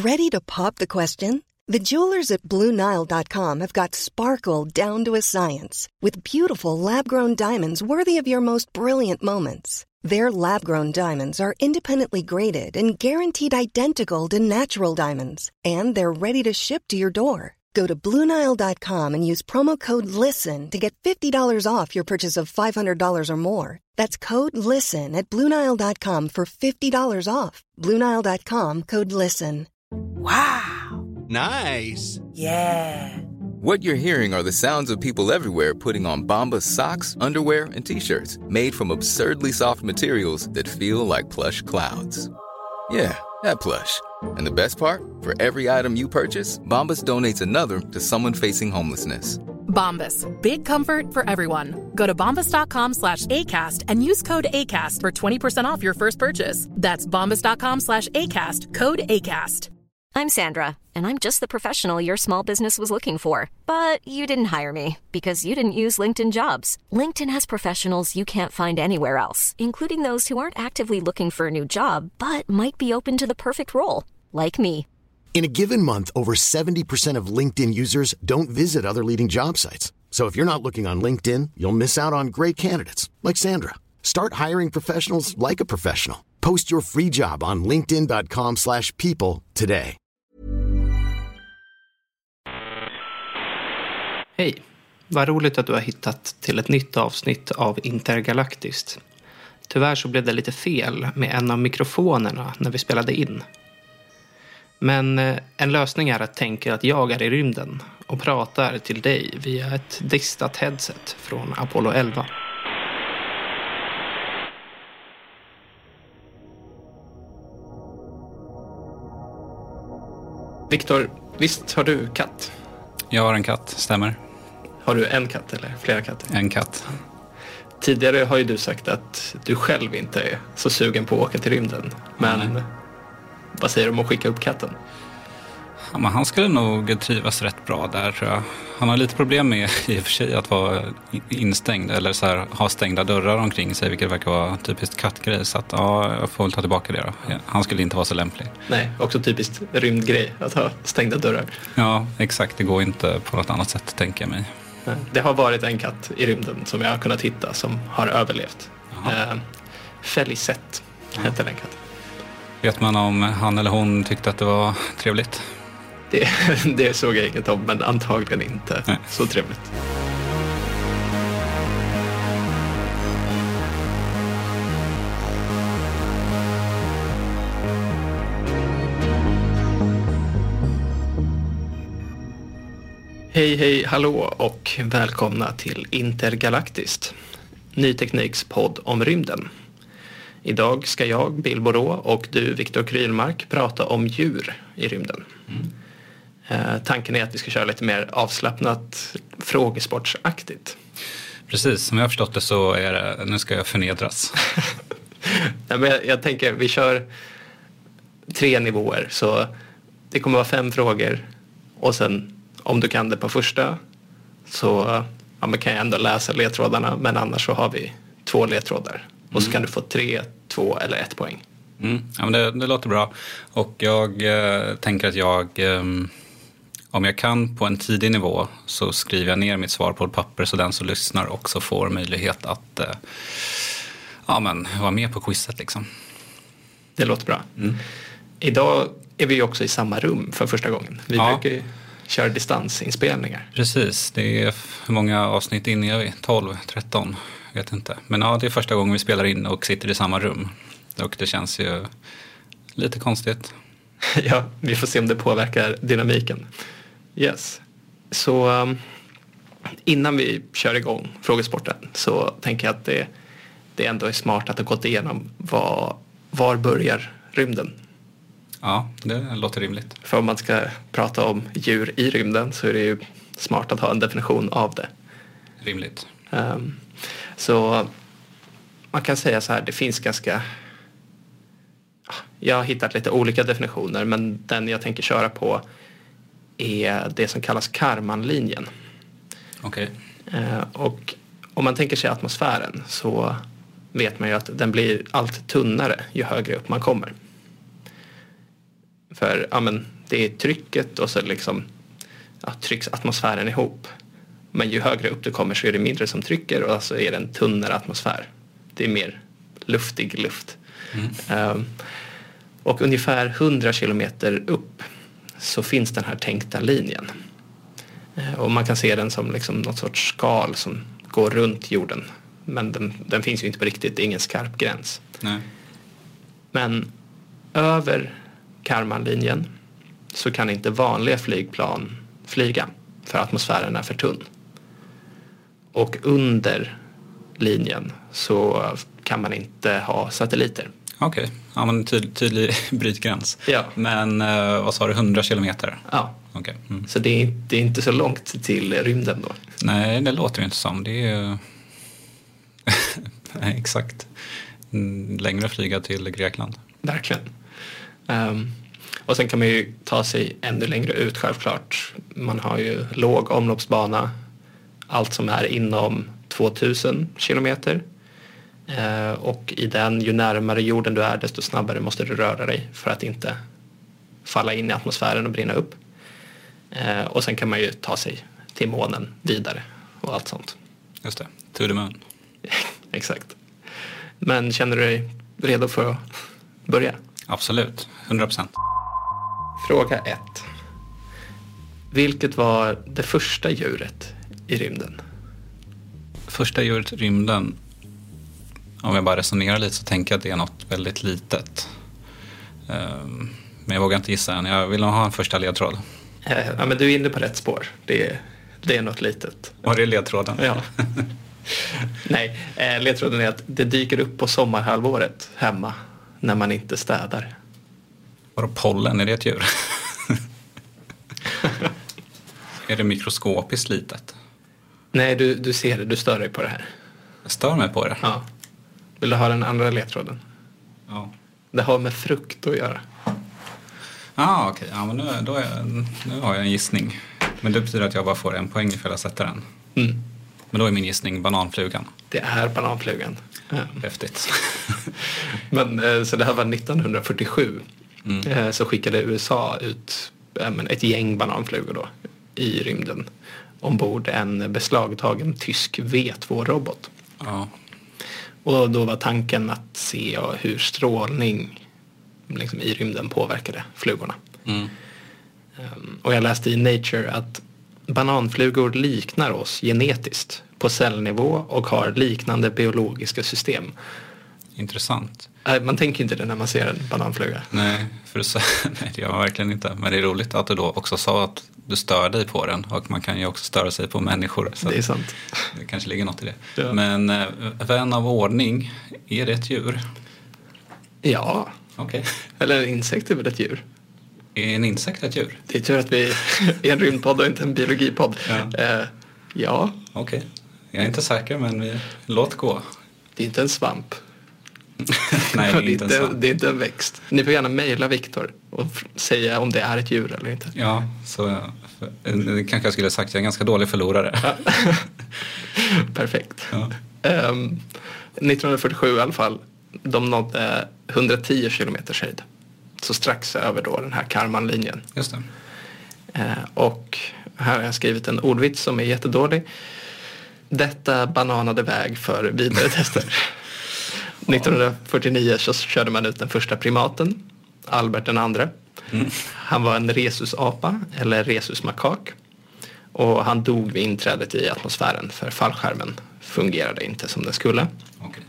Ready to pop the question? The jewelers at BlueNile.com have got sparkle down to a science with beautiful lab-grown diamonds worthy of your most brilliant moments. Their lab-grown diamonds are independently graded and guaranteed identical to natural diamonds, and they're ready to ship to your door. Go to BlueNile.com and use promo code LISTEN to get $50 off your purchase of $500 or more. That's code LISTEN at BlueNile.com for $50 off. BlueNile.com, code LISTEN. Wow. Nice. Yeah. What you're hearing are the sounds of people everywhere putting on Bombas socks, underwear, and T-shirts made from absurdly soft materials that feel like plush clouds. Yeah, that plush. And the best part? For every item you purchase, Bombas donates another to someone facing homelessness. Bombas. Big comfort for everyone. Go to bombas.com/ACAST and use code ACAST for 20% off your first purchase. That's bombas.com/ACAST. Code ACAST. I'm Sandra, and I'm just the professional your small business was looking for. But you didn't hire me because you didn't use LinkedIn Jobs. LinkedIn has professionals you can't find anywhere else, including those who aren't actively looking for a new job, but might be open to the perfect role, like me. In a given month, over 70% of LinkedIn users don't visit other leading job sites. So if you're not looking on LinkedIn, you'll miss out on great candidates, like Sandra. Start hiring professionals like a professional. Post your free job on linkedin.com/people today. Hej, vad roligt att du har hittat till ett nytt avsnitt av Intergalaktiskt. Tyvärr så blev det lite fel med en av mikrofonerna när vi spelade in. Men en lösning är att tänka att jag är i rymden och pratar till dig via ett distat headset från Apollo 11. Viktor, visst har du katt? Jag har en katt, stämmer. Har du en katt eller flera katter? En katt. Tidigare har ju du sagt att du själv inte är så sugen på att åka till rymden. Men vad säger du om att skicka upp katten? Ja, men han skulle nog trivas rätt bra där, tror jag. Han har lite problem med i och för sig att vara instängd eller så här, ha stängda dörrar omkring sig, vilket verkar vara typiskt kattgrej. Så att, ja, jag får väl ta tillbaka det då. Ja, han skulle inte vara så lämplig. Nej, också typiskt rymdgrej att ha stängda dörrar. Ja, exakt. Det går inte på något annat sätt, tänker jag mig. Det har varit en katt i rymden som jag har kunnat hitta som har överlevt. Felicette heter den katten. Vet man om han eller hon tyckte att det var trevligt? Det såg jag inget om, men antagligen inte. Nej. Så trevligt. Hej, hallå och välkomna till Intergalaktiskt. Ny tekniks podd om rymden. Idag ska jag, Bill Borå, och du, Viktor Krylmark, prata om djur i rymden. Tanken är att vi ska köra lite mer avslappnat, frågesportsaktigt. Precis, som jag har förstått det så är det, nu ska jag förnedras. Nej, men jag tänker, vi kör 3 nivåer, så det kommer vara 5 frågor. Och sen, om du kan det på första, så man kan jag ändå läsa ledtrådarna, men annars så har vi 2 ledtrådar. Och så kan du få 3, 2 eller 1 poäng. Ja, men det låter bra. Och jag tänker att om jag kan på en tidig nivå så skriver jag ner mitt svar på ett papper så den som lyssnar också får möjlighet att vara med på quizet liksom. Det låter bra. Idag är vi också i samma rum för första gången. Vi brukar ju köra distansinspelningar. Precis, det är hur många avsnitt in är vi? 12, 13, vet inte. Men det är första gången vi spelar in och sitter i samma rum. Och det känns ju lite konstigt. Ja, vi får se om det påverkar dynamiken. Yes. Så innan vi kör igång frågesporten så tänker jag att det ändå är smart att ha gått igenom var börjar rymden. Ja, det låter rimligt. För om man ska prata om djur i rymden så är det ju smart att ha en definition av det. Rimligt. Så man kan säga så här, det finns ganska... Jag har hittat lite olika definitioner, men den jag tänker köra på är det som kallas Kármán-linjen. Okej. Och om man tänker sig atmosfären så vet man ju att den blir allt tunnare ju högre upp man kommer. För det är trycket och så liksom trycks atmosfären ihop. Men ju högre upp du kommer så är det mindre som trycker och så är det en tunnare atmosfär. Det är mer luftig luft. Och ungefär 100 kilometer upp så finns den här tänkta linjen. Och man kan se den som liksom något sorts skal som går runt jorden. Men den finns ju inte på riktigt, det är ingen skarp gräns. Nej. Men över Kármán-linjen så kan inte vanliga flygplan flyga för atmosfären är för tunn. Och under linjen så kan man inte ha satelliter. Okej, ja, men tydlig brytgräns. Ja. Men vad sa du, 100 kilometer? Ja, okay. Så det är inte så långt till rymden då. Nej, det låter inte som. Det är ju nej, exakt. Längre flyga till Grekland. Verkligen. Och sen kan man ju ta sig ännu längre ut självklart. Man har ju låg omloppsbana. Allt som är inom 2000 kilometer. Och i den, ju närmare jorden du är desto snabbare måste du röra dig för att inte falla in i atmosfären och brinna upp. Och sen kan man ju ta sig till månen vidare och allt sånt. Just det, to the moon. Exakt. Men känner du dig redo för att börja? Absolut, 100%. Fråga 1. Vilket var det första djuret i rymden? Första djuret i rymden, om jag bara resonerar lite så tänker jag att det är något väldigt litet. Men jag vågar inte gissa än. Jag vill nog ha en första ledtråd. Ja, men du är inne på rätt spår. Det är något litet. Var det ledtråden? Ja. Nej, ledtråden är att det dyker upp på sommarhalvåret hemma när man inte städar. Var pollen, är det ett djur? Är det mikroskopiskt litet? Nej, du ser det. Du stör dig på det här. Jag stör mig på det? Ja. Vill du ha den andra ledtråden? Ja. Det har med frukt att göra. Okej. Ja, men nu har jag en gissning. Men det betyder att jag bara får en poäng ifall jag sätter den. Mm. Men då är min gissning bananflugan. Det är bananflugan. Häftigt. Men så det här var 1947. Så skickade USA ut ett gäng bananflugor då i rymden ombord en beslagtagen tysk V2-robot. Ja. Och då var tanken att se hur strålning liksom, i rymden påverkade flugorna. Och jag läste i Nature att bananflugor liknar oss genetiskt på cellnivå och har liknande biologiska system. Intressant. Man tänker inte det när man ser en bananfluga. Nej, nej, det gör man verkligen inte. Men det är roligt att du då också sa att du stör dig på den. Och man kan ju också störa sig på människor. Så det är sant. Det kanske ligger något i det. Ja. Men vän av ordning, är det ett djur? Ja. Okej. Eller en insekt är väl ett djur? Är en insekt ett djur? Det är tur att vi är en rymdpodd och inte en biologipodd. Ja. Ja. Okej. Jag är inte säker, men låt gå. Det är inte en svamp. Nej, det är inte en växt. Ni får gärna mejla Viktor och säga om det är ett djur eller inte. Ja, så kanske jag skulle ha sagt att jag är en ganska dålig förlorare. Ja. Perfekt. Ja. 1947 i alla fall, de nådde 110 kilometers höjd. Så strax över då den här Kármán-linjen. Just det. Och här har jag skrivit en ordvits som är jättedålig. Detta bananade väg för vidare tester. 1949 så körde man ut den första primaten, Albert den andre. Han var en rhesusapa eller rhesusmakak. Och han dog vid inträdet i atmosfären för fallskärmen fungerade inte som den skulle. Okay.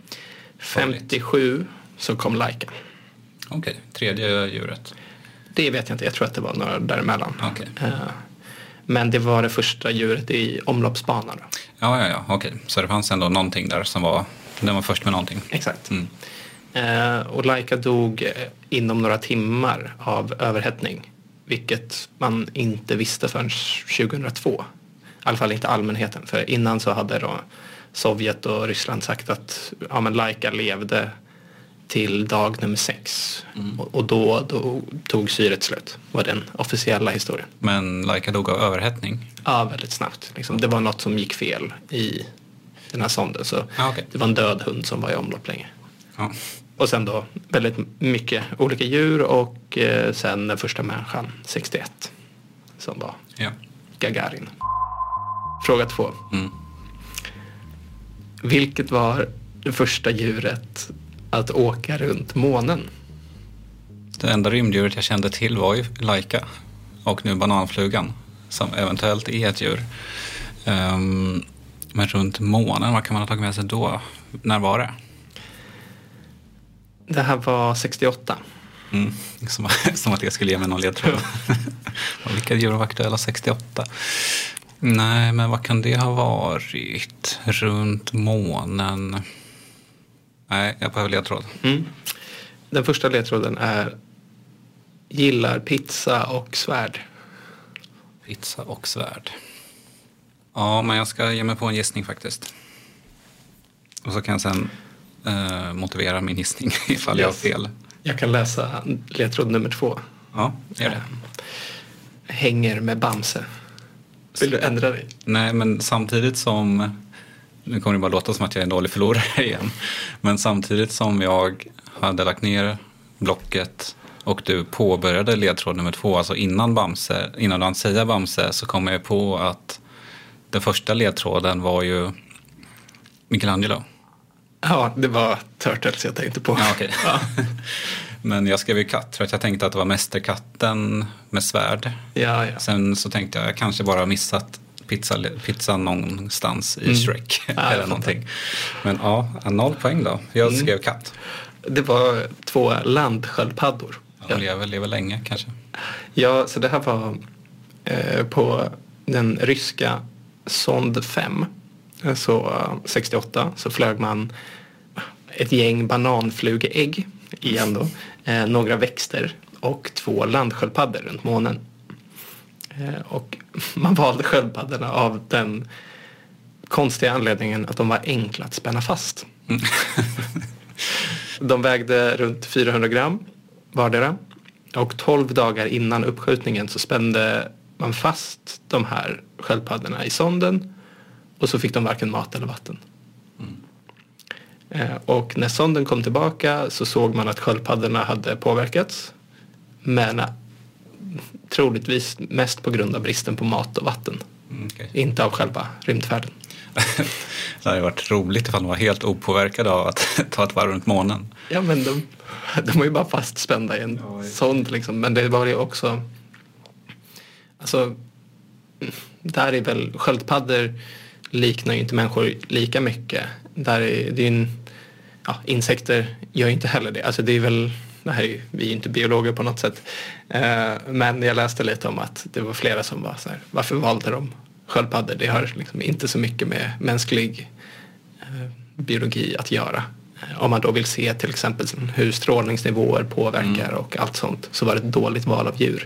57 så kom Laika. Okej, tredje djuret. Det vet jag inte, jag tror att det var några däremellan. Okay. Men det var det första djuret i omloppsbanan då. Ja, okej. Så det fanns ändå någonting där som var, den var först med någonting. Exakt. Och Laika dog inom några timmar av överhettning. Vilket man inte visste förrän 2002. I alla fall inte allmänheten. För innan så hade då Sovjet och Ryssland sagt att Laika levde till dag nummer 6. Och då tog syret slut. Var den officiella historien. Men Laika dog av överhettning? Ja, väldigt snabbt. Liksom. Det var något som gick fel i den här sonden. Så okay. Det var en död hund som var i omlopp länge. Ja. Och sen då väldigt mycket olika djur och sen den första människan 61 som var Gagarin. Fråga 2. Vilket var det första djuret att åka runt månen? Det enda rymddjuret jag kände till var ju Laika och nu bananflugan som eventuellt är ett djur. Men runt månen, vad kan man ha tagit med sig då? När var det? Det här var 68. Som att det skulle ge mig någon ledtråd. Vilka djur var aktuella 68? Nej, men vad kan det ha varit? Runt månen? Nej, jag behöver ledtråd. Den första ledtråden är gillar pizza och svärd. Pizza och svärd. Ja, men jag ska ge mig på en gissning faktiskt. Och så kan jag sen motivera min gissning ifall jag har fel. Jag kan läsa ledtråd nummer 2. Ja, gör det. Hänger med Bamse. Vill du ändra dig? Nej, men samtidigt som... Nu kommer det bara låta som att jag är en dålig förlorare igen. Men samtidigt som jag hade lagt ner blocket och du påbörjade ledtråd nummer 2, alltså innan du hann säga Bamse, så kom jag på att den första ledtråden var ju Michelangelo. Ja, det var Turtles jag tänkte på. Ja, okej. Ja. Men jag skrev ju katt för att jag tänkte att det var mästerkatten med svärd. Ja. Sen så tänkte jag kanske bara missat pizza någonstans i Shrek eller någonting. Men ja, 0 poäng då. Jag skrev katt. Det var 2 landsköldpaddor. Ja, lever länge kanske. Ja, så det här var på den ryska Sond 5. Så 68 så flög man ett gäng bananflugeägg igen då. Några växter och 2 landsköldpaddor runt månen. Och man valde sköldpaddorna av den konstiga anledningen att de var enkla att spänna fast. De vägde runt 400 gram vardera. Och 12 dagar innan uppskjutningen så spände man fast de här sköldpaddorna i sonden. Och så fick de varken mat eller vatten. Och när sonden kom tillbaka så såg man att sköldpaddorna hade påverkats. Men troligtvis mest på grund av bristen på mat och vatten. Okay. Inte av själva rymdfärden. Det hade varit roligt ifall de var helt opåverkade av att ta ett varv runt månen. Ja, men de var ju bara fastspända i en sond liksom. Men det var ju också... Alltså, där är väl sköldpaddor liknar ju inte människor lika mycket. Där är det ju insekter gör inte heller det. Alltså det är väl... vi är inte biologer på något sätt. Men jag läste lite om att det var flera som var så här, varför valde de sköldpaddor? Det har liksom inte så mycket med mänsklig biologi att göra. Om man då vill se till exempel hur strålningsnivåer påverkar och allt sånt, så var det ett dåligt val av djur.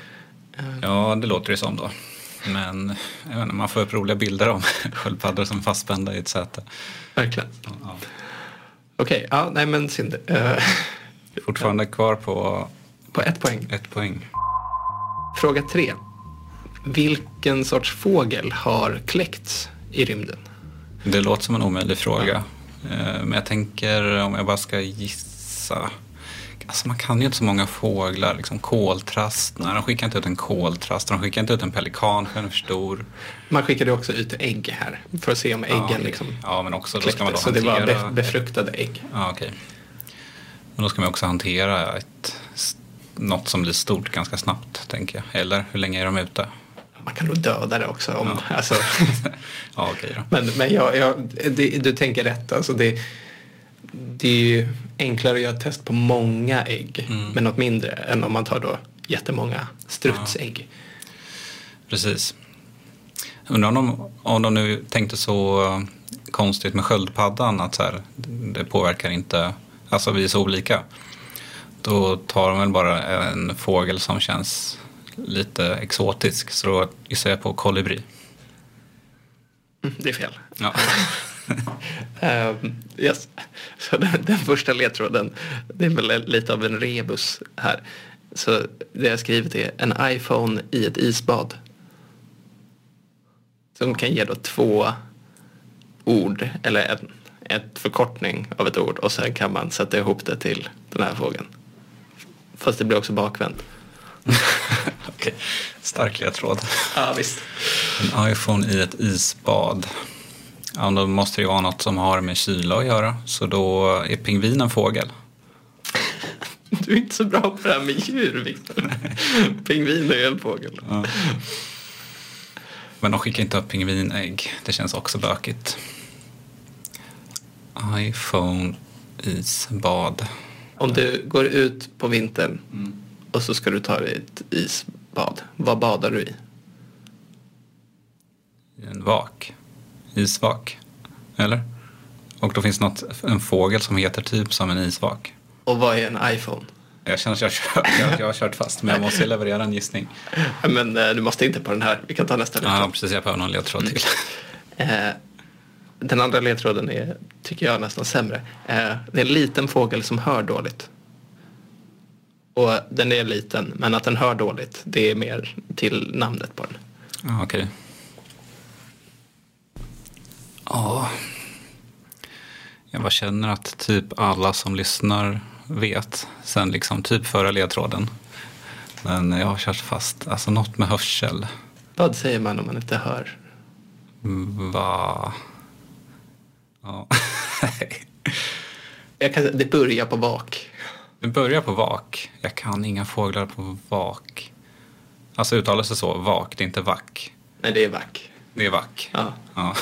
Ja, det låter det som då. Men jag vet inte, man får upp roliga bilder om sköldpaddor som fastspända i ett säte. Verkligen. Ja. Okej, nej men synd. Fortfarande kvar på 1 poäng. 1 poäng. Fråga 3. Vilken sorts fågel har kläckts i rymden? Det låter som en omöjlig fråga. Men jag tänker, om jag bara ska gissa... Alltså man kan ju inte så många fåglar. Liksom koltrast. Nej, de skickar inte ut en koltrast. De skickar inte ut en pelikan för den är för stor. Man skickade också ut ägg här. För att se om äggen liksom... Ja, men också då ska man då så hantera... det var befruktade ägg. Ja, okej. Men då ska man också hantera något som blir stort ganska snabbt, tänker jag. Eller hur länge är de ute? Man kan nog döda det också. Om, ja. Alltså. Ja, okej då. Men du tänker rätt. Alltså det är ju enklare att göra test på många ägg. Men något mindre än om man tar då jättemånga strutsägg. Ja. Precis. Undrar om de nu tänkte så konstigt med sköldpaddan att så här, det påverkar inte... Alltså vi är så olika. Då tar de väl bara en fågel som känns lite exotisk. Så då gissar jag på kolibri. Det är fel. Ja. Yes. Så den första ledtråden, det är väl lite av en rebus här. Så det jag skrivit är en iPhone i ett isbad. Som kan ge då 2 ord eller ett förkortning av ett ord och sen kan man sätta ihop det till den här fågeln. Fast det blir också bakvänt. Okej, stark ledtråd. Ja, visst. En iPhone i ett isbad. Ja, då måste det ju vara något som har med kyla att göra. Så då är pingvin en fågel. Du är inte så bra på det här med djur, Victor. Pingvin är en fågel. Ja. Men de skickar inte upp pingvinägg. Det känns också bökigt. iPhone, isbad. Om du går ut på vintern och så ska du ta dig ett isbad. Vad badar du i? En vak. Isvak. Eller? Och då finns en fågel som heter typ som en isvak. Och vad är en iPhone? Jag känner att jag har kört fast, men jag måste leverera en gissning. Men du måste inte på den här. Vi kan ta nästa ledtråd. Ja, precis. Jag behöver någon ledtråd till. Den andra ledtråden är, tycker jag, nästan sämre. Det är en liten fågel som hör dåligt. Och den är liten, men att den hör dåligt, det är mer till namnet på den. Ja, okej. Ja. Jag bara känner att typ alla som lyssnar vet sen liksom typ förra ledtråden. Men jag har kört fast. Alltså något med hörsel. Vad säger man om man inte hör? Va? Ja. Det börjar på vak. Det börjar på vak. Jag kan inga fåglar på vak. Alltså uttalas det så, vak, det är inte vack. Nej, det är vack. Det är vack. Ja.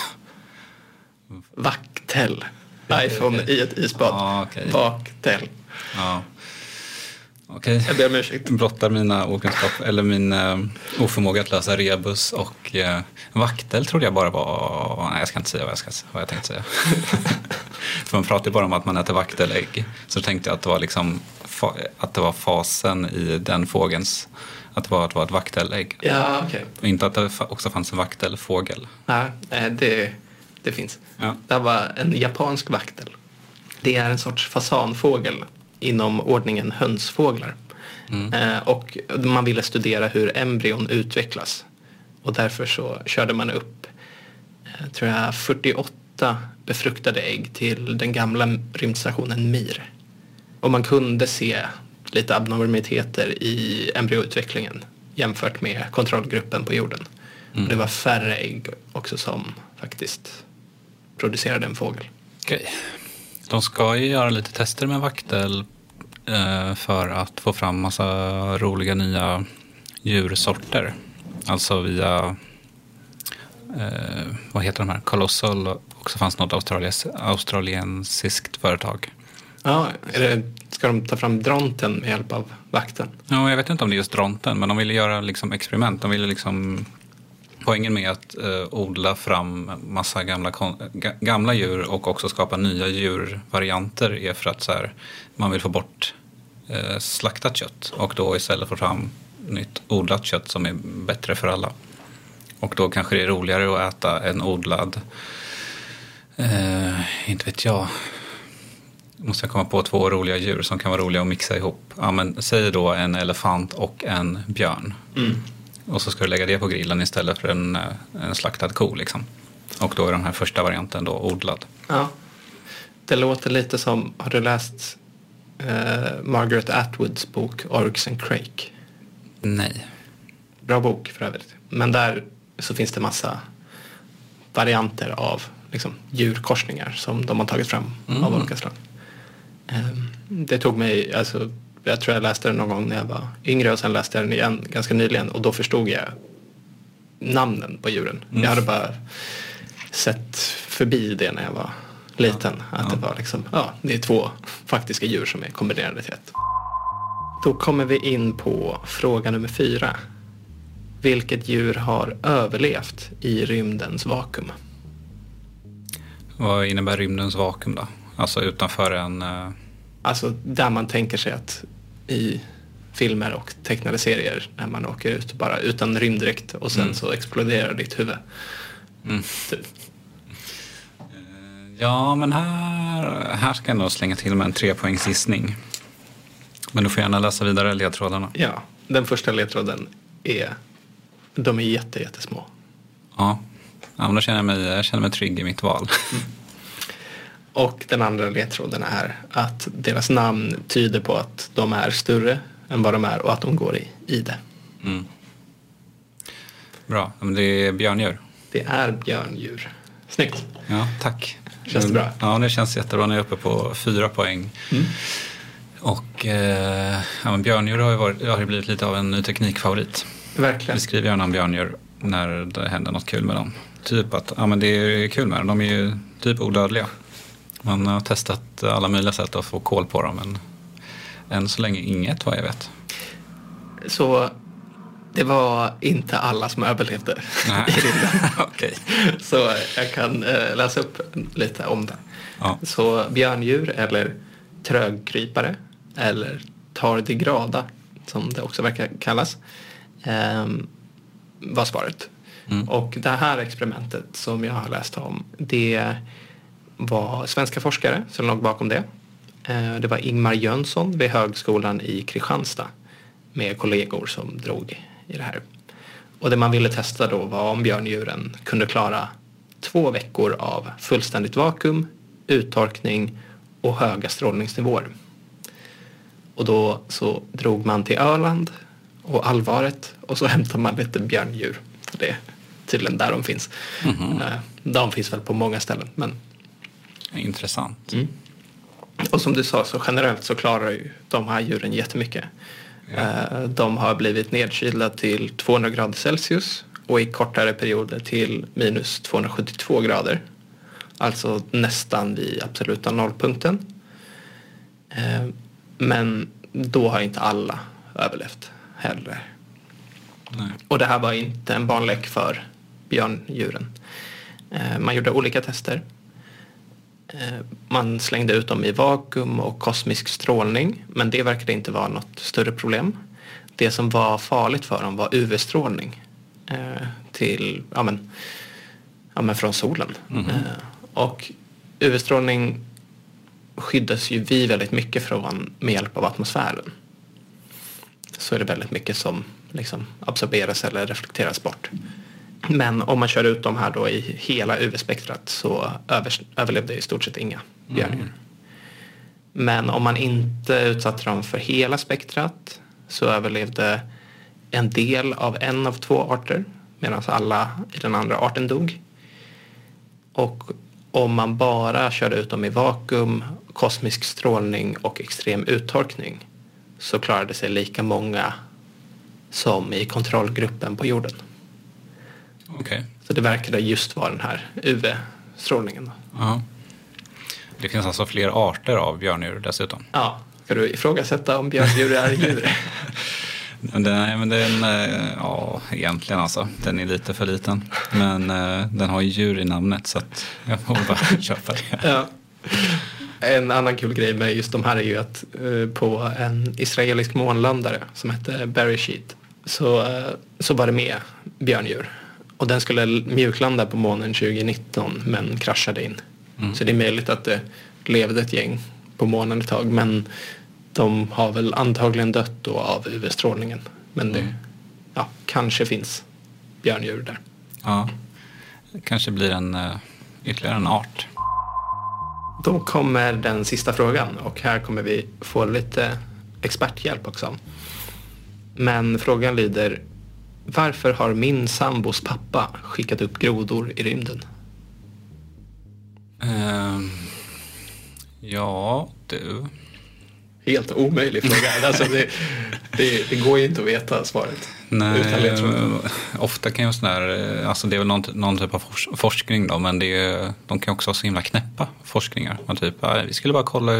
Vaktel. iPhone i ett isbad. Ja, okej. Vaktel. Ja. Okej. Jag ber om ursäkt. Blottar mina okunskap eller min oförmåga att lösa rebus och vaktel trodde jag bara var... Nej, jag ska inte säga vad jag tänkte säga. För man pratar ju bara om att man äter vaktelägg. Så tänkte jag att det var liksom att det var fasen i den fågelns, att det var ett vaktelägg. Ja, okej. Och inte att det också fanns en vaktelfågel. Nej, det finns. Ja. Det var en japansk vaktel. Det är en sorts fasanfågel inom ordningen hönsfåglar. Och man ville studera hur embryon utvecklas. Och därför så körde man upp, tror jag, 48 befruktade ägg till den gamla rymdstationen Mir. Och man kunde se lite abnormiteter i embryoutvecklingen jämfört med kontrollgruppen på jorden. Och det var färre ägg också som faktiskt producerade en fågel. Okej. De ska ju göra lite tester med vaktel för att få fram massa roliga nya djursorter. Alltså via vad heter de här? Colossal, och så fanns något australiensiskt företag. Ja, ska de ta fram dronten med hjälp av vakten? Ja, jag vet inte om det är just dronten, men de ville göra liksom experiment. De ville liksom... Poängen med att odla fram massa gamla djur och också skapa nya djurvarianter är för att så här, man vill få bort slaktat kött och då istället få fram nytt odlat kött som är bättre för alla. Och då kanske det är roligare att äta en odlad, inte vet jag, måste jag komma på 2 roliga djur som kan vara roliga att mixa ihop. Ja, men säg då en elefant och en björn. Och så ska du lägga det på grillen istället för en slaktad ko liksom. Och då är den här första varianten då odlad. Ja, det låter lite som, har du läst Margaret Atwoods bok Oryx and Crake? Nej. Bra bok för övrigt. Men där så finns det massa varianter av liksom, djurkorsningar som de har tagit fram av olika slag. Det tog mig, alltså, jag tror jag läste den någon gång när jag var yngre och sen läste jag den igen ganska nyligen och då förstod jag namnen på djuren. Jag hade bara sett förbi det när jag var liten. Att det var liksom, det är 2 faktiska djur som är kombinerade till ett. Då kommer vi in på fråga nummer 4. Vilket djur har överlevt i rymdens vakuum? Vad innebär rymdens vakuum då? Alltså utanför en... Alltså där man tänker sig att i filmer och tecknade serier när man åker ut bara utan rymddräkt och sen så exploderar ditt huvud. Typ. Ja, men här ska jag nog slänga till med en 3-poängs gissning. Men du får gärna läsa vidare ledtrådarna. Ja, den första ledtråden är, de är jättesmå. Ja, men då känner jag mig trygg i mitt val. Och den andra ledtråden är att deras namn tyder på att de är större än vad de är och att de går i det. Mm. Bra, men det är björndjur. Det är björndjur. Snyggt. Ja, tack. Känns det bra? Ja, det känns jättebra. Nu är jag uppe på 4 poäng. Mm. Och men björndjur har ju blivit lite av en ny teknikfavorit. Verkligen. Vi skriver gärna om björndjur när det händer något kul med dem. Typ att men det är kul med dem. De är ju typ odödliga. Man har testat alla möjliga sätt att få koll på dem, men än så länge inget vad jag vet. Så det var inte alla som överlevde i rymden. Okej. Så jag kan läsa upp lite om det. Ja. Så björndjur eller trögkrypare eller tardigrada som det också verkar kallas var svaret. Mm. Och det här experimentet som jag har läst om, det var svenska forskare som låg bakom det. Det var Ingmar Jönsson vid högskolan i Kristianstad med kollegor som drog i det här. Och det man ville testa då var om björndjuren kunde klara 2 veckor av fullständigt vakuum, uttorkning och höga strålningsnivåer. Och då så drog man till Öland och Alvaret och så hämtade man lite björndjur. Det är tydligen där de finns. Mm-hmm. De finns väl på många ställen, men... Intressant. Mm. Och som du sa, så generellt så klarar ju de här djuren jättemycket. Ja. De har blivit nedkylda till 200 grader Celsius och i kortare perioder till minus 272 grader. Alltså nästan vid absoluta nollpunkten. Men då har inte alla överlevt heller. Nej. Och det här var inte en barnlek för björndjuren. Man gjorde olika tester. Man slängde ut dem i vakuum och kosmisk strålning, men det verkade inte vara något större problem. Det som var farligt för dem var UV-strålning till, från solen. Mm-hmm. Och UV-strålning skyddas ju vi väldigt mycket från med hjälp av atmosfären. Så är det väldigt mycket som liksom absorberas eller reflekteras bort. Men om man kör ut de här då i hela UV-spektrat så överlevde i stort sett inga björndjur. Mm. Men om man inte utsatte dem för hela spektrat så överlevde en del av en av 2 arter medan alla i den andra arten dog. Och om man bara körde ut dem i vakuum, kosmisk strålning och extrem uttorkning så klarade sig lika många som i kontrollgruppen på jorden. Okay. Så det verkade just vara den här UV-strålningen. Ja. Det finns alltså fler arter av björndjur dessutom. Ja, ska du ifrågasätta om björndjur är djur? Nej, men den, egentligen alltså. Den är lite för liten. Men den har ju djur i namnet så att jag får bara köpa det. Ja. En annan kul grej med just de här är ju att på en israelisk månlandare som hette Beresheet så var det med björndjur. Och den skulle mjuklanda på månen 2019 men kraschade in. Mm. Så det är möjligt att det levde ett gäng på månen ett tag. Men de har väl antagligen dött då av UV-strålningen. Men det kanske finns björndjur där. Ja, det kanske blir ytterligare en art. Då kommer den sista frågan och här kommer vi få lite experthjälp också. Men frågan lyder: varför har min sambos pappa skickat upp grodor i rymden? Ja, du. Helt omöjlig fråga. Alltså det går ju inte att veta svaret. Nej, ofta kan ju alltså det är väl någon typ av forskning då, men de kan också ha så himla knäppa forskningar. Man typ, vi skulle bara kolla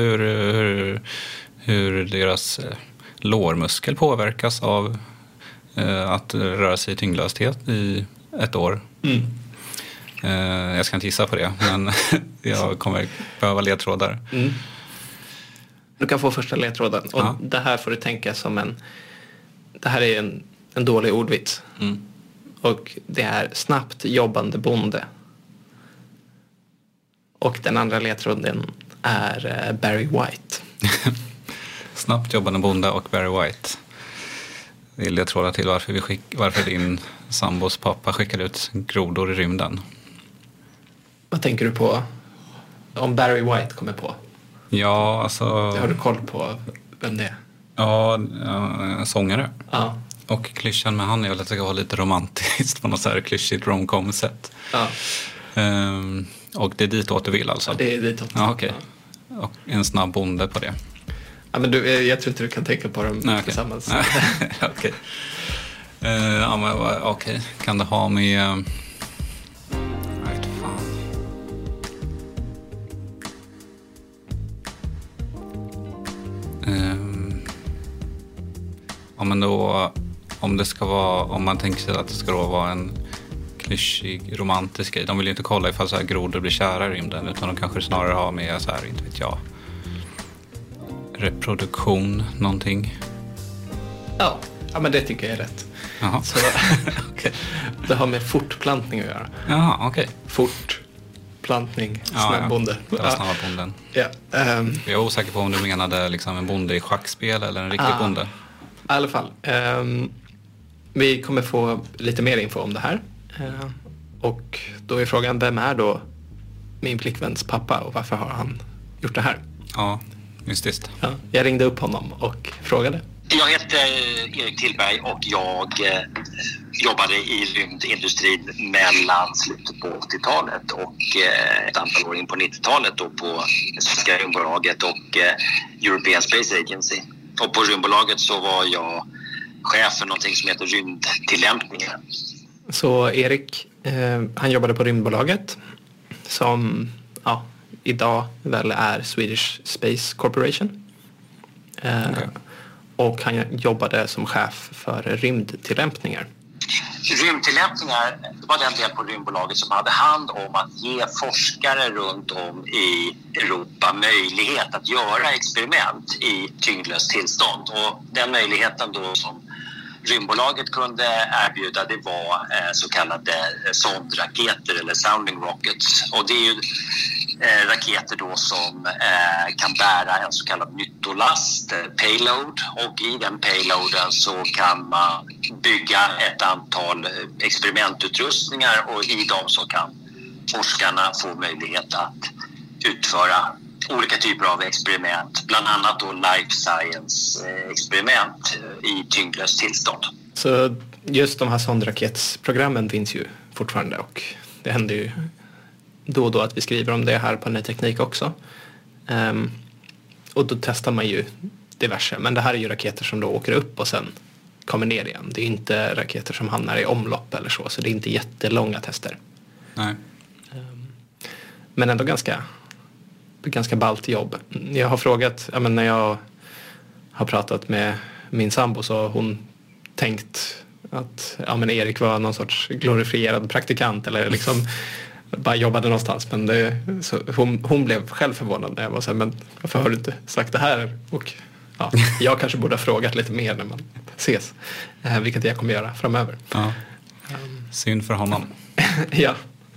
hur deras lårmuskel påverkas av att röra sig i tyngdlöshet i 1 år. Mm. Jag ska inte gissa på det, men jag kommer behöva ledtrådar. Mm. Du kan få första ledtråden. Och det här får du tänka som det här är en dålig ordvits. Mm. Och det är snabbt jobbande bonde. Och den andra ledtråden är Barry White. Snabbt jobbande bonde och Barry White. Det är ledtrådar till varför din sambos pappa skickade ut grodor i rymden. Vad tänker du på? om Barry White kommer på. Ja, alltså... Har du koll på vem det är? Ja, sångare. Ja. Och klyschan med han är väl att det ska vara lite romantiskt på något så här klyschigt romcom-sätt. Ja. Och det är dit du vill alltså? Ja, det är dit ja, okej. Och en snabb bonde på det. Ja, men jag tror inte du kan tänka på dem tillsammans. Okej. Ja, men okej. Kan det ha med... Jag vet fan. Ja, men då... Om det ska vara... Om man tänker sig att det ska då vara en klyschig, romantisk grej. De vill ju inte kolla ifall så här grodor blir kära i rymden, utan de kanske snarare har med så här, inte vet jag, reproduktion, någonting. Ja, men det tycker jag är rätt. Jaha. Så, okay. Det har med fortplantning att göra. Jaha, okej. Fortplantning, snabbbonde. Det var snabbbonden. Ja. Jag är osäker på om du menade liksom en bonde i schackspel eller en riktig bonde. I alla fall. Vi kommer få lite mer info om det här. Och då är frågan, vem är då min flickväns pappa och varför har han gjort det här? Ja, just det. Ja, jag ringde upp honom och frågade. Jag heter Erik Tillberg och jag jobbade i rymdindustrin mellan slutet på 80-talet och ett antal år in på 90-talet då på svenska rymdbolaget och European Space Agency. Och på rymdbolaget så var jag chef för någonting som heter rymdtillämpningar. Så Erik, han jobbade på rymdbolaget som idag väl är Swedish Space Corporation. Okay. Och han jobbade som chef för rymdtillämpningar. Rymdtillämpningar var den del på rymdbolaget som hade hand om att ge forskare runt om i Europa möjlighet att göra experiment i tyngdlöst tillstånd. Och den möjligheten då som rymdbolaget kunde erbjuda, det var så kallade sondraketer eller sounding rockets. Och det är ju raketer då som kan bära en så kallad nyttolast, payload, och i den payloaden så kan man bygga ett antal experimentutrustningar och i dem så kan forskarna få möjlighet att utföra olika typer av experiment, bland annat då life science-experiment i tyngdlöst tillstånd. Så just de här sondraketsprogrammen finns ju fortfarande och det händer ju då och då att vi skriver om det här på Ny Teknik också. Och då testar man ju diverse, men det här är ju raketer som då åker upp och sen kommer ner igen. Det är inte raketer som hamnar i omlopp eller så det är inte jättelånga tester. Nej. Men ändå ganska ballt jobb. Jag har frågat, när jag har pratat med min sambo så har hon tänkt att Erik var någon sorts glorifierad praktikant eller liksom bara jobbade någonstans. Men hon blev själv förvånad när jag var så här, men varför har du inte sagt det här? Och jag kanske borde ha frågat lite mer när man ses. Vilket jag kommer göra framöver. Ja. Synd för honom. Ja.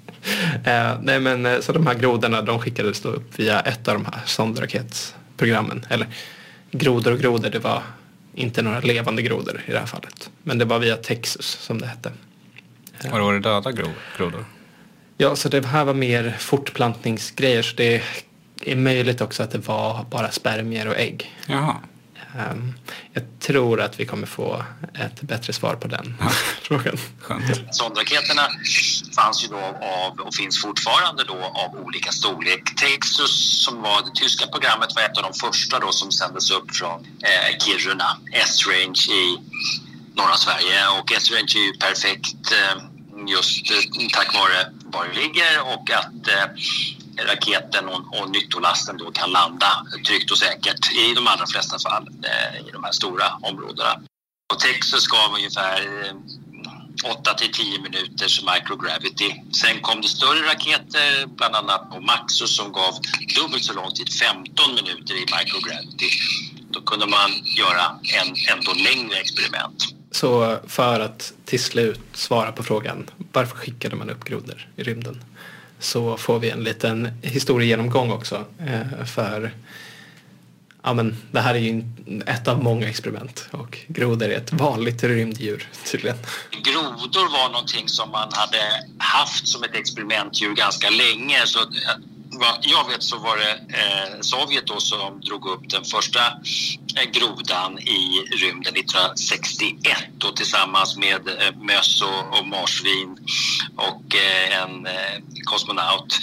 Så de här grodorna, de skickades då upp via ett av de här sondraketsprogrammen. Eller grodor, det var inte några levande grodor i det här fallet. Men det var via Texas som det hette. Och då var det döda grodor? Ja, så det här var mer fortplantningsgrejer. Så det är möjligt också att det var bara spermier och ägg. Jaha. Jag tror att vi kommer få ett bättre svar på den frågan. Skönt. Sondraketerna fanns ju då och finns fortfarande då av olika storlek. Texas som var det tyska programmet var ett av de första då som sändes upp från Kiruna, S-range i norra Sverige. Och S-range är ju perfekt just tack vare var det ligger och att raketen och nyttolasten då kan landa tryggt och säkert i de allra flesta fall i de här stora områdena. Och Texas gav ungefär 8-10 minuters microgravity. Sen kom det större raketer, bland annat på Maxus som gav dubbelt så lång tid, 15 minuter i microgravity. Då kunde man göra en ändå längre experiment. Så för att till slut svara på frågan, varför skickade man upp grodor i rymden? Så får vi en liten historiegenomgång också. För det här är ju ett av många experiment. Och grodor är ett vanligt rymddjur tydligen. Grodor var någonting som man hade haft som ett experimentdjur ganska länge. Så vad jag vet så var det Sovjet då som drog upp den första grodan i rymden 1961 då, tillsammans med möss och marsvin och en kosmonaut.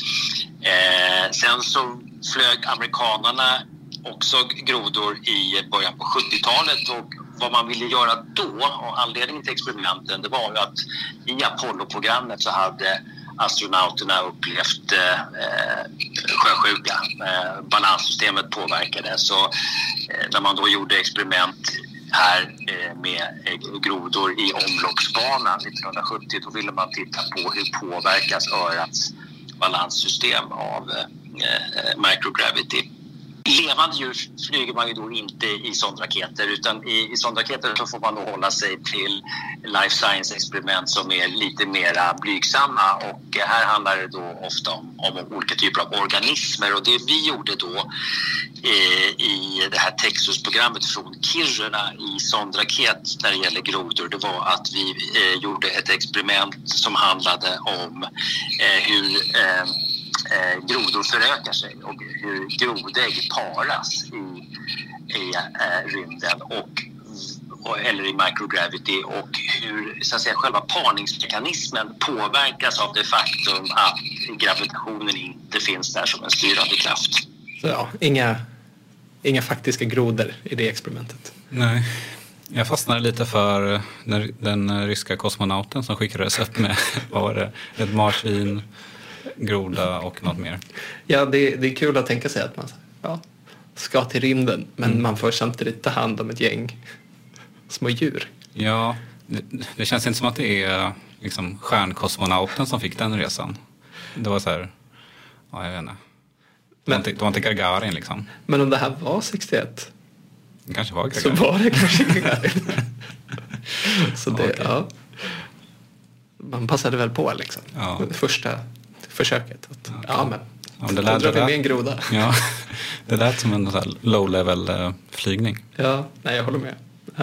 Sen så flög amerikanerna också grodor i början på 70-talet, och vad man ville göra då, och anledningen till experimenten, det var ju att i Apollo-programmet så hade astronauterna upplevt sjösjuka. Balanssystemet påverkades, så när man då gjorde experiment här med grodor i omloppsbanan 1970, då ville man titta på hur påverkas örats balanssystem av microgravity. Levande djur flyger man ju då inte i sondraketer, utan i sondraketer så får man då hålla sig till life science-experiment som är lite mera blygsamma, och här handlar det då ofta om olika typer av organismer, och det vi gjorde då i det här Texas-programmet från Kiruna i sondraket när det gäller grodor, det var att vi gjorde ett experiment som handlade om hur grodor förökar sig och hur grodägg paras i rymden eller i microgravity, och hur så att säga själva parningsmekanismen påverkas av det faktum att gravitationen inte finns där som en styrande kraft. Så ja, inga faktiska grodor i det experimentet. Nej. Jag fastnade lite för den ryska kosmonauten som skickades upp med var det ett marsvin, groda och något mer. Ja, det är kul att tänka sig att man ska till rymden, men man får samtidigt ta hand om ett gäng små djur. Ja, det känns inte som att det är liksom stjärnkosmonauten som fick den resan. Det var så här, jag vet inte. Det var inte Gagarin liksom. Men om det här var 61, det kanske var Gagarin. Så var det kanske Gagarin. Så det, okay. Man passade väl på liksom. Ja. Första försöket. Men det lät med en groda. Ja, det lät som en low-level flygning. Ja, nej, jag håller med.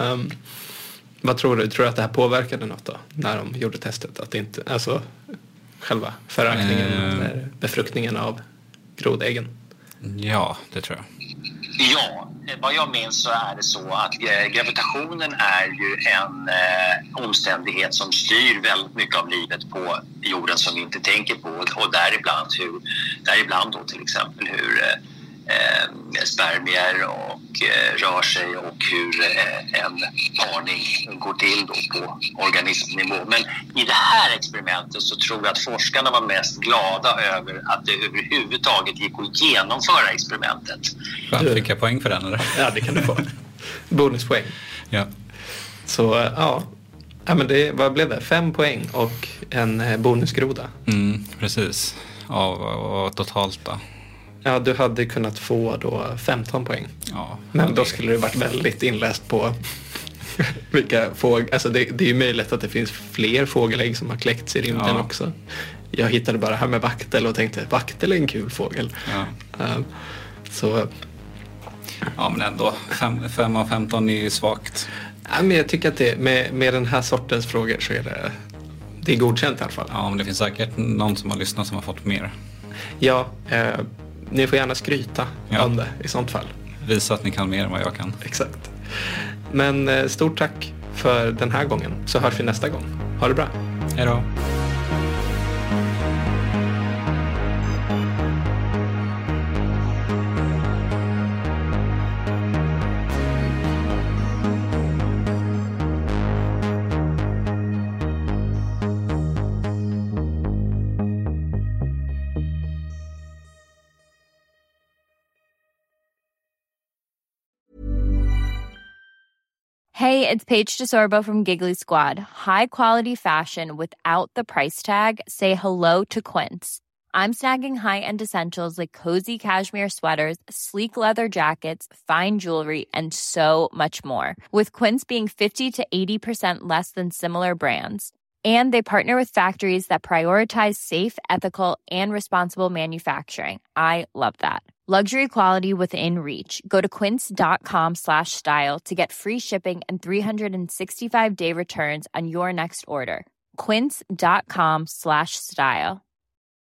Vad tror du? Tror du att det här påverkade något då? När de gjorde testet? Att det inte, alltså själva förankringen eller befruktningen av grodäggen? Ja, det tror jag. Ja, vad jag minns så är det så att gravitationen är ju en omständighet som styr väldigt mycket av livet på jorden som vi inte tänker på, och däribland då till exempel hur spermier och rör sig och hur en parning går till då på organismnivå. Men i det här experimentet så tror jag att forskarna var mest glada över att det överhuvudtaget gick att genomföra experimentet. Fick jag poäng för den eller? Ja, det kan du få. Bonuspoäng. Ja. Så men vad blev det? 5 poäng och en bonusgroda. Precis. Ja, totalt då. Ja, du hade kunnat få då 15 poäng. Ja, men då skulle det varit väldigt inläst på vilka fåglar. Alltså det är ju möjligt att det finns fler fågelägg som har kläckts i rymden också. Jag hittade bara här med vaktel och tänkte vaktel är en kul fågel. Ja. Så... Ja, men ändå 5 av 15 är svagt. Ja, men jag tycker att det, med den här sortens frågor så är det är godkänt i alla fall. Ja, men det finns säkert någon som har lyssnat som har fått mer. Ja, ni får gärna skryta om det i sånt fall. Visa att ni kan mer än vad jag kan. Exakt. Men stort tack för den här gången, så hörs vi nästa gång. Ha det bra. Hej då. Hey, it's Paige DeSorbo from Giggly Squad. High quality fashion without the price tag. Say hello to Quince. I'm snagging high-end essentials like cozy cashmere sweaters, sleek leather jackets, fine jewelry, and so much more. With Quince being 50 to 80% less than similar brands. And they partner with factories that prioritize safe, ethical, and responsible manufacturing. I love that. Luxury quality within reach. Go to quince.com/style to get free shipping and 365-day returns on your next order. Quince.com/style.